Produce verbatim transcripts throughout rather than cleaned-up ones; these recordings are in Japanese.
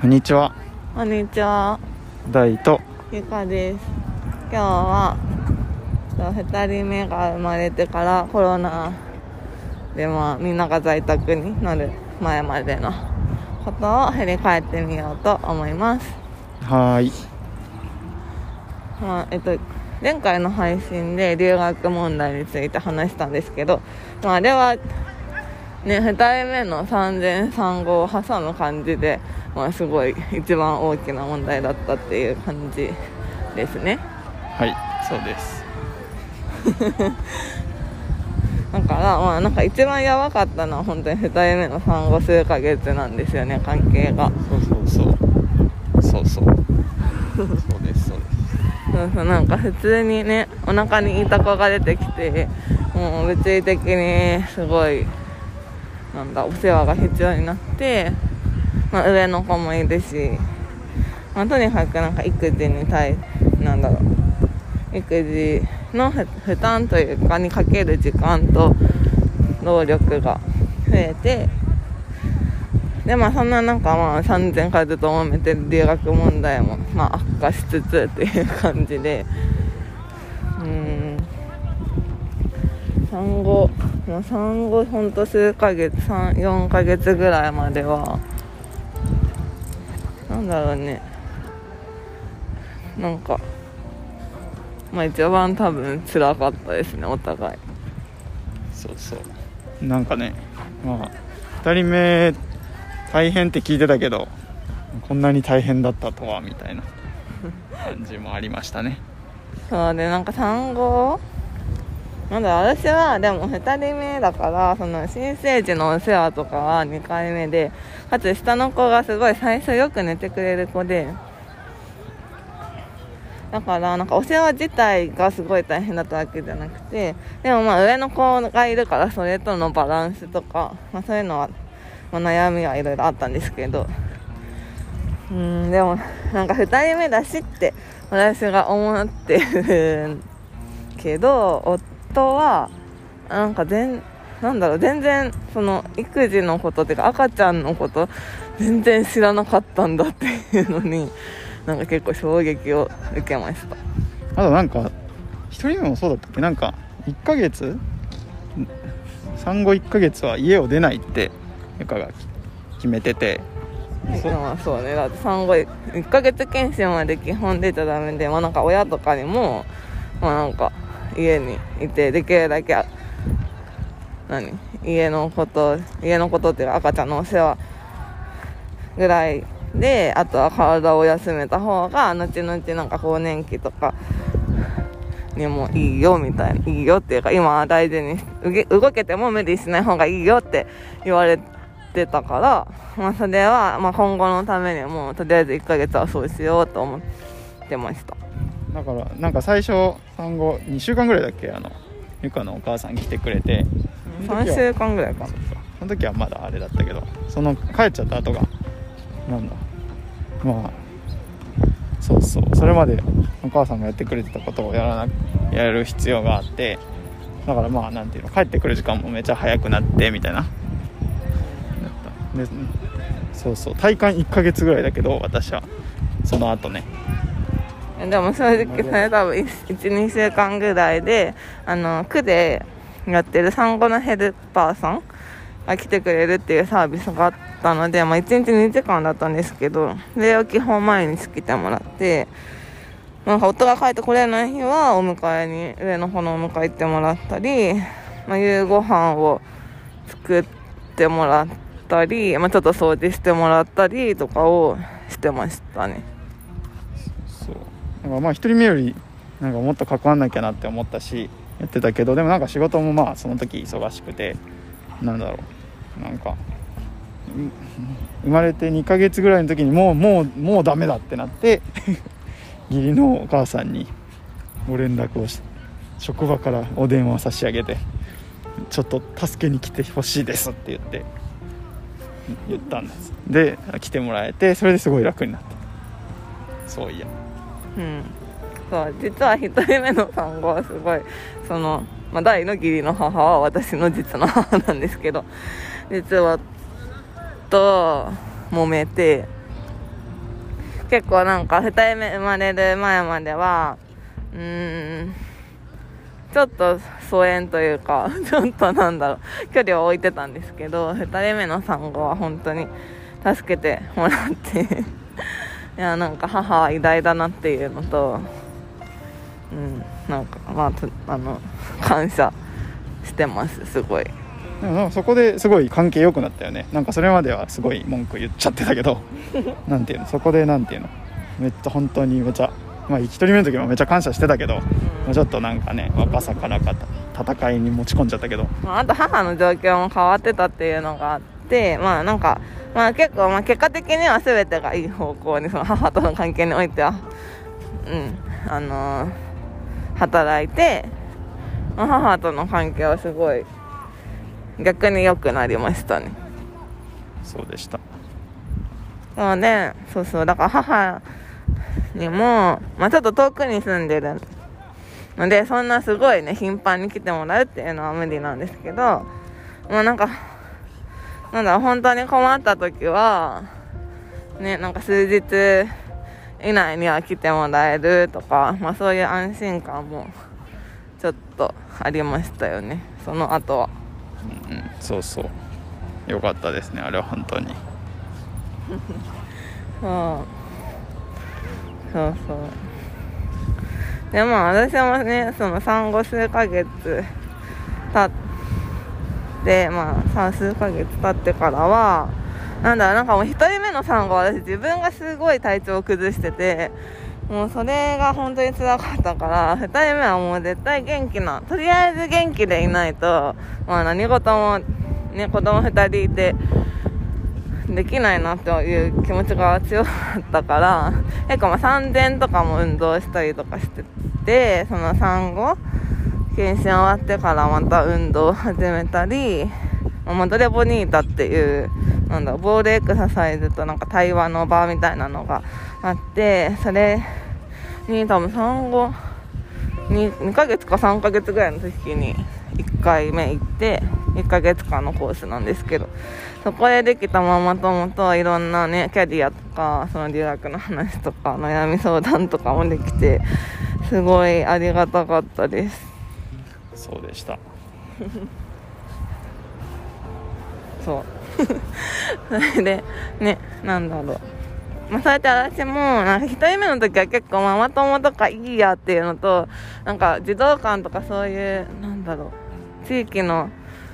こんにちは。 こんにちは。 大とゆかです。今日はふたりめが生まれてからコロナで、まあ、みんなが在宅になる前までのことを振り返ってみようと思います。 はーい。 まあえっと、前回の配信で留学問題について話したんですけど、まあ、あれはね、ふたりめの産前産後を挟む感じで、まあ、すごい一番大きな問題だったっていう感じですね。 はい、そうです。 だから、まあ、なんか一番やばかったのは本当にふたりめの産後数ヶ月なんですよね、関係が。 そうそうそうそうそうそうですそうですそうそう、なんか普通にね、お腹にいた子が出てきて、もう物理的にすごいなんだお世話が必要になって、まあ、上の子もいるし、まあ、とにかくなんか育児に対なんだろう育児の負担というかにかける時間と労力が増えて、でまあそんななんかまあさんぜんかずっと揉めてる留学問題もまあ悪化しつつっていう感じで、うーん産後まあ産後ほんと数ヶ月さん、よんかげつぐらいまではなんだろうね、なんかまあ一番多分辛かったですね、お互い。 そうそうなんかね、まあふたりめ大変って聞いてたけどこんなに大変だったとはみたいな感じもありましたね。 そうで、なんか産後なんだ私はでもふたりめだから、その新生児のお世話とかはにかいめで、かつ下の子がすごい最初よく寝てくれる子で、だからなんかお世話自体がすごい大変だったわけじゃなくて、でもまあ上の子がいるからそれとのバランスとか、まあ、そういうのは、まあ、悩みはいろいろあったんですけど、うーんでもなんかふたりめだしって私が思ってるけど、夫はなんか全なんだろう全然その育児のことっていうか赤ちゃんのこと全然知らなかったんだっていうのになんか結構衝撃を受けました。 あとなんかひとりめもそうだったっけ、なんかいっかげつ産後いっかげつは家を出ないってゆかが決めてて、 まあそうね、だって産後いっかげつ検診まで基本出ちゃダメで、まあなんか親とかにもまあなんか家にいてできるだけ何家のこと家のことっていうか赤ちゃんのお世話ぐらいで、あとは体を休めた方が後々なんか更年期とかにもいいよみたいな、いいよっていうか今は大事に動けても無理しない方がいいよって言われてたから、まあそれはまあ今後のためにもとりあえずいっかげつはそうしようと思ってました。 だからなんか最初産後にしゅうかんぐらいだっけ、あのゆかのお母さん来てくれてさんしゅうかんぐらいかな。 その時はまだあれだったけど、その帰っちゃった後がなんだまあそうそうそれまでお母さんがやってくれてたことをやらなやる必要があって、だからまあなんていうの、帰ってくる時間もめっちゃ早くなってみたいなで、そうそう体感いっかげつぐらいだけど私はその後ね。 でも正直それ多分いち、にしゅうかんぐらいで、あの区でやってる産後のヘルパーさんが来てくれるっていうサービスがあったので、まあ、いちにちにじかんだったんですけど、それを基本毎日来てもらって、なんか夫が帰ってこれない日はお迎えに上の方のお迎え行ってもらったり、まあ、夕ご飯を作ってもらったり、まあ、ちょっと掃除してもらったりとかをしてましたね。 そうなんかまあひとりめよりなんかもっと関わんなきゃなって思ったしやってたけど、でもなんか仕事もまあその時忙しくて、なんだろうなんか生まれてにかげつぐらいの時にもうもうもうダメだってなって義理のお母さんにご連絡をして職場からお電話を差し上げて、ちょっと助けに来てほしいですって言って言ったんです。で来てもらえて、それですごい楽になった。そういやうん、そう実はひとりめの産後はすごいその、まあ、大の義理の母は私の実の母なんですけど、実はと揉めて、 結構なんかふたりめ生まれる前まではうーんちょっと疎遠というかちょっとなんだろう距離を置いてたんですけど、ふたりめの産後は本当に助けてもらっていやなんか母は偉大だなっていうのと、うんなんかまあとあの感謝してます。すごい。 でもなんかそこですごい関係良くなったよね。なんかそれまではすごい文句言っちゃってたけどなんていうの、そこでなんていうの、めっちゃ本当にめちゃまあひとりめの時もめちゃ感謝してたけど、うん、ちょっとなんかね若さからか戦いに持ち込んじゃったけど、 まあ、あと母の状況も変わってたっていうのがあって、まあなんかまあ結構まあ結果的には全てがいい方向にその母との関係においてはうんあのー、働いて、まあ、母との関係はすごい逆に良くなりましたね。 そうでした。 なのでそうそうだから母にも、まあ、ちょっと遠くに住んでるのでそんなすごいね頻繁に来てもらうっていうのは無理なんですけど、まあなんかなんだろう本当に困った時はねなんか数日以内には来てもらえるとか、まあそういう安心感もちょっとありましたよねその後は。 うん、そうそうよかったですねあれは本当にそうそうそうでまあ私もねその産後数ヶ月経ってまあ数ヶ月経ってからはなんだろうなんかもうひとりめの産後は私自分がすごい体調を崩しててもうそれが本当に辛かったからふたりめはもう絶対元気なとりあえず元気でいないと、まあ、何事も、ね、子供ふたりいてできないなっていう気持ちが強かったから結構まあ産前とかも運動したりとかしててその産後検診終わってからまた運動を始めたりマドレボニータっていうなんだボールエクササイズとなんか対話の場みたいなのがあってそれに多分産後 2, にかげつかさんかげつぐらいの時にいっかいめ行っていっかげつかんのコースなんですけどそこでできたママ友といろんなねキャリアとかその留学の話とか悩み相談とかもできてすごいありがたかったです。 そうでしたそうそれでねなんだろうまあ、そうやって私もなんかひとりめの時は結構ママ友とかいいやっていうのとなんか児童館とかそういうなんだろう地域の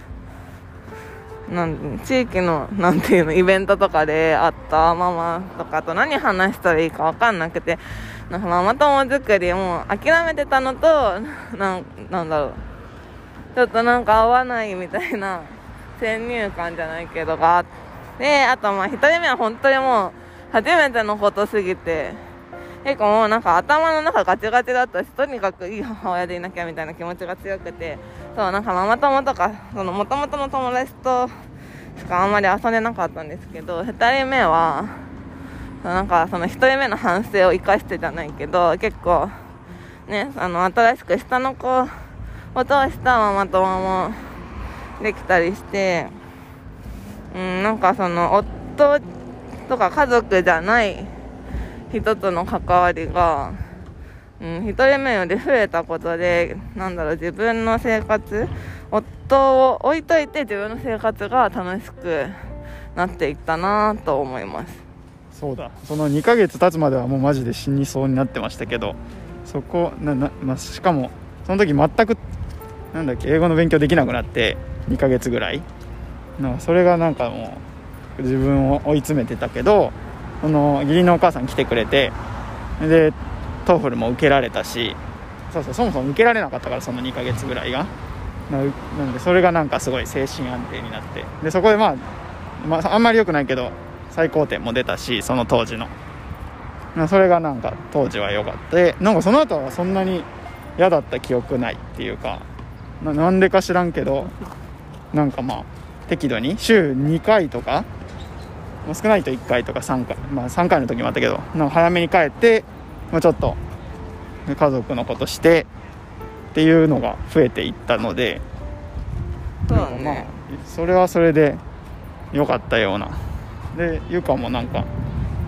なん地域のなんていうのイベントとかで会ったママとかと何話したらいいか分かんなくてなんかママ友作りも諦めてたのとなんなんだろうちょっとなんか合わないみたいな先入観じゃないけどがあってあとまあひとりめは本当にもう初めてのことすぎて結構もうなんか頭の中ガチガチだったしとにかくいい母親でいなきゃみたいな気持ちが強くてそうなんかママ友とかその元々の友達としかあんまり遊んでなかったんですけどふたりめはなんかそのひとりめの反省を生かしてじゃないけど結構ねあの新しく下の子を通したママ友もできたりしてうんなんかその夫とか家族じゃない人との関わりが、うん、ひとりめより増えたことでなんだろう自分の生活夫を置いといて自分の生活が楽しくなっていったなと思います。 そうだそのにかげつ経つまではもうマジで死にそうになってましたけどそこなな、まあ、しかもその時全くなんだっけ英語の勉強できなくなってにかげつぐらいなんかそれがなんかもう自分を追い詰めてたけどその義理のお母さん来てくれてでトーフルも受けられたしそうそうそもそも受けられなかったからそのにかげつぐらいが な, なのでそれがなんかすごい精神安定になってでそこで、まあ、まああんまり良くないけど最高点も出たしその当時のそれがなんか当時は良かったでなんかその後はそんなに嫌だった記憶ないっていうか な, なんでか知らんけどなんかまあ適度に週にかいとか少ないといっかいとかさんかい、まあ、さんかいの時もあったけどなんか早めに帰って、まあ、ちょっと家族のことしてっていうのが増えていったのでそうね、 まあ、それはそれで良かったようなでゆかもなんか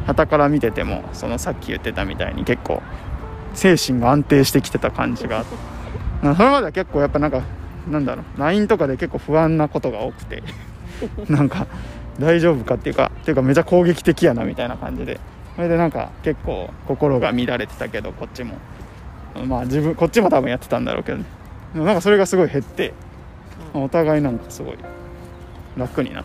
傍から見ててもそのさっき言ってたみたいに結構精神が安定してきてた感じがそれまでは結構やっぱなんかなんだろう ライン とかで結構不安なことが多くてなんか大丈夫かっていうかっていうかめちゃ攻撃的やなみたいな感じで、それでなんか結構心が乱れてたけどこっちもまあ自分こっちも多分やってたんだろうけどね、でもなんかそれがすごい減って、お互いなんかすごい楽になった。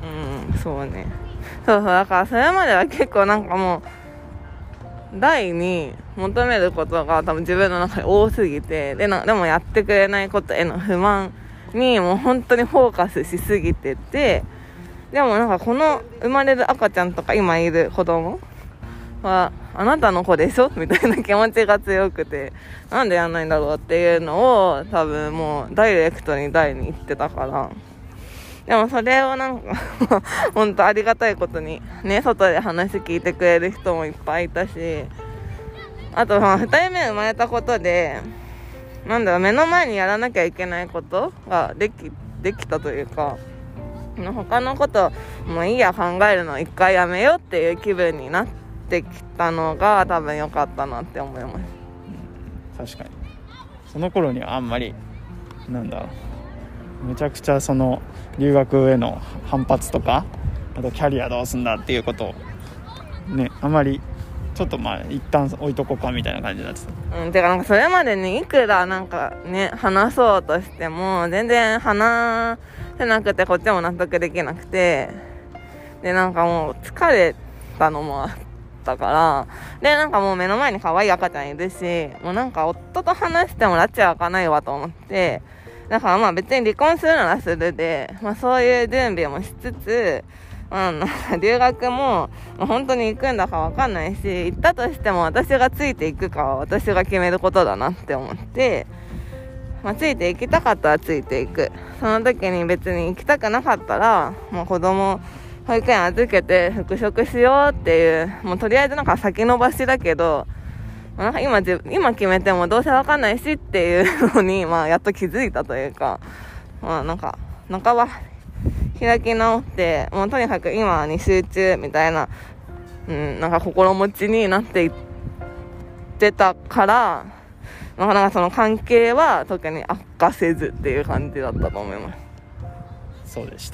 うんそうね、そうそう、だからそれまでは結構なんかもう大に求めることが多分自分の中で多すぎて、でなでもやってくれないことへの不満にもう本当にフォーカスしすぎてて、でもなんかこの生まれる赤ちゃんとか今いる子供はあなたの子でしょみたいな気持ちが強くて、なんでやんないんだろうっていうのを多分もうダイレクトに大に言ってたから、でもそれをなんか本当ありがたいことにね、外で話聞いてくれる人もいっぱいいたし、あとまあふたりめ生まれたことでなんだろう、目の前にやらなきゃいけないことができできたというか、他のこともういいや考えるの一回やめようっていう気分になってきたのが多分良かったなって思います。 確かにその頃にはあんまりなんだろう、めちゃくちゃその留学への反発とか、あとキャリアどうすんだっていうことをね、あんまりちょっとまあ一旦置いとこうかみたいな感じになってた。 うん、てかなんかそれまでにいくらなんかね話そうとしても全然話せなくて、こっちも納得できなくて、でなんかもう疲れたのもあったから、でなんかもう目の前に可愛い赤ちゃんいるし、もうなんか夫と話しても拉致は開かないわと思って、だからまあ別に離婚するならするで、まあそういう準備もしつつ、うん、留学も本当に行くんだか分かんないし、行ったとしても私がついていくかは私が決めることだなって思って、まあ、ついて行きたかったらついていく、その時に別に行きたくなかったら、まあ、子供保育園預けて復職しようっていう、もうとりあえずなんか先延ばしだけど、なんか 今, 今決めてもどうせ分かんないしっていうのに、まあ、やっと気づいたというか、まあなんか半ば開き直って、もうとにかく今に集中みたいな、うん、なんか心持ちになっていってたから、なかなかその関係は特に悪化せずっていう感じだったと思います。 そうでした。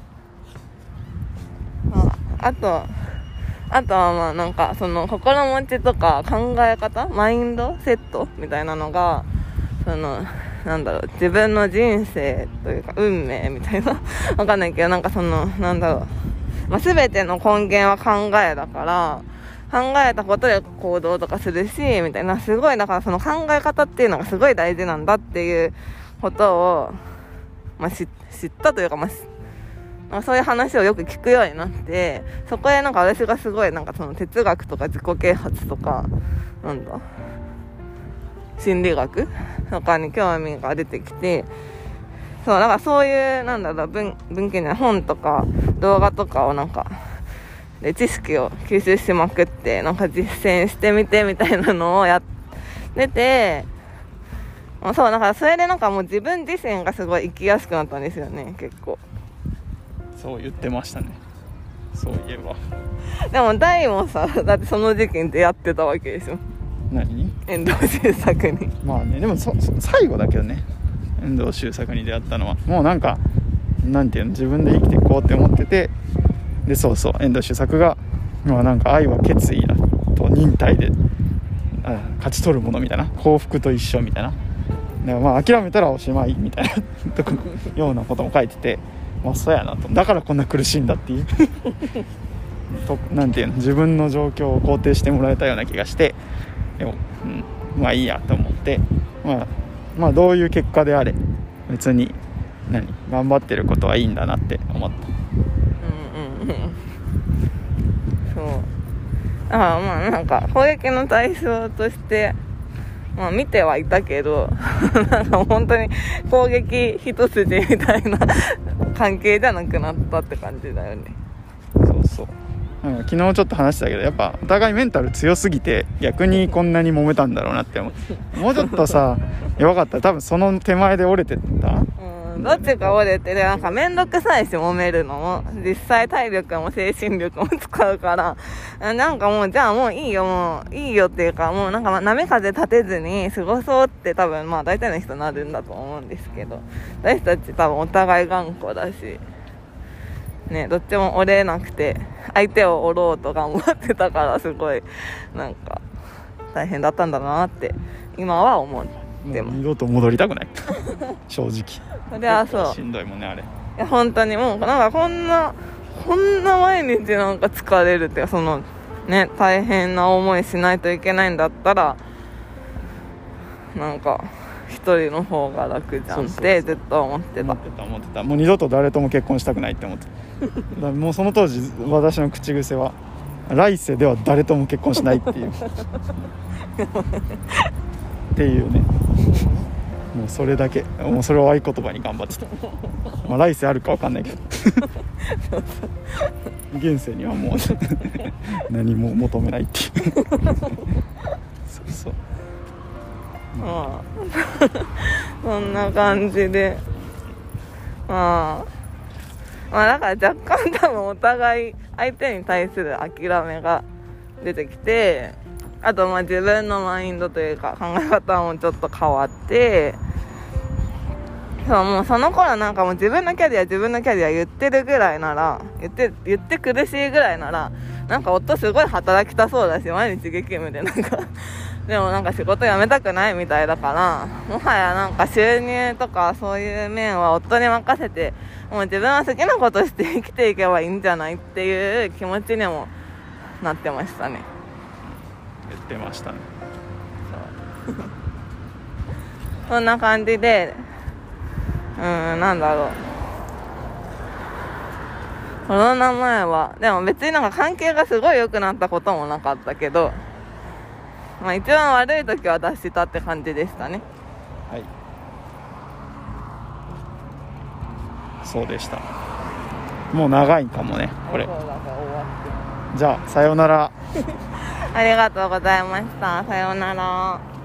あ, あとあとはまあなんかその心持ちとか考え方、マインドセットみたいなのが、そのなんだろう、自分の人生というか運命みたいなわかんないけど、なんかそのなんだろう、まあ、全ての根源は考えだから、考えたことで行動とかするしみたいな、すごいだからその考え方っていうのがすごい大事なんだっていうことを、まあ、知, 知ったというか、まあまあ、そういう話をよく聞くようになって、そこでなんか私がすごいなんかその哲学とか自己啓発とかなんだ心理学とかに興味が出てきて、そうだからそういうなんだろう 文, 文献じゃない本とか動画とかをなんかで知識を吸収しまくって、なんか実践してみてみたいなのをやってて、そうだからそれでなんかもう自分自身がすごい生きやすくなったんですよね。結構そう言ってましたね、そういえば。 でも大もさ、だってその時期に出会ってたわけでしょ。 何に遠藤周作に。 まあね、でもそそ最後だけどね、遠藤周作に出会ったのはもうなんかなんていうの、自分で生きていこうって思ってて、でそうそう遠藤周作が、まあ、なんか愛は決意だと忍耐であ勝ち取るものみたいな、幸福と一緒みたいな、でまあ諦めたらおしまいみたいなようなことも書いてて、まあそうやなと、だからこんな苦しいんだっていうとなんていうの、自分の状況を肯定してもらえたような気がして、でも、うん、まあいいやと思って、まあ、まあどういう結果であれ別に何頑張ってることはいいんだなって思った。 うんうんうん。そう。だからまあなんか攻撃の対象としてまあ見てはいたけどなんか本当に攻撃一筋みたいな関係じゃなくなったって感じだよね。 そうそう、うん、昨日ちょっと話したけど、やっぱお互いメンタル強すぎて逆にこんなに揉めたんだろうなって思うもうちょっとさ弱かったら多分その手前で折れてた、 どっちか折れてでなんか面倒くさいし揉めるのも実際体力も精神力も使うからなんかもうじゃあもういいよもういいよっていうかもうなんか波風立てずに過ごそうって多分まあ大体の人なるんだと思うんですけど私たち多分お互い頑固だしねどっちも折れなくて相手を折ろうと頑張ってたからすごいなんか大変だったんだなって今は思ってももう二度と戻りたくない正直それはそうしんどいもんねあれ。 いや本当にもうなんかこんなこんな毎日なんか疲れるっていうかそのね大変な思いしないといけないんだったらなんか一人の方が楽じゃんってずっと思ってた思ってた思ってたもう二度と誰とも結婚したくないって思ってただからもうその当時私の口癖は来世では誰とも結婚しないっていうっていうねもうそれだけもうそれを合言葉に頑張ってたまあ来世あるか分かんないけど現世にはもう何も求めないっていうそうそうまあそんな感じでまあまあだから若干多分お互い相手に対する諦めが出てきてあとまあ自分のマインドというか考え方もちょっと変わってそうもうその頃なんかもう自分のキャリア自分のキャリア言ってるぐらいなら言って言って苦しいぐらいならなんか夫すごい働きたそうだし毎日激務でなんかでもなんか仕事辞めたくないみたいだからもはやなんか収入とかそういう面は夫に任せてもう自分は好きなことして生きていけばいいんじゃないっていう気持ちにもなってましたね。 言ってましたねそんな感じでうーんなんだろうコロナ前はでも別になんか関係がすごい良くなったこともなかったけどまあ一番悪い時は脱したって感じでしたね。 はいそうでした。もう長いかもねこれ。じゃあさようならありがとうございました。さようなら。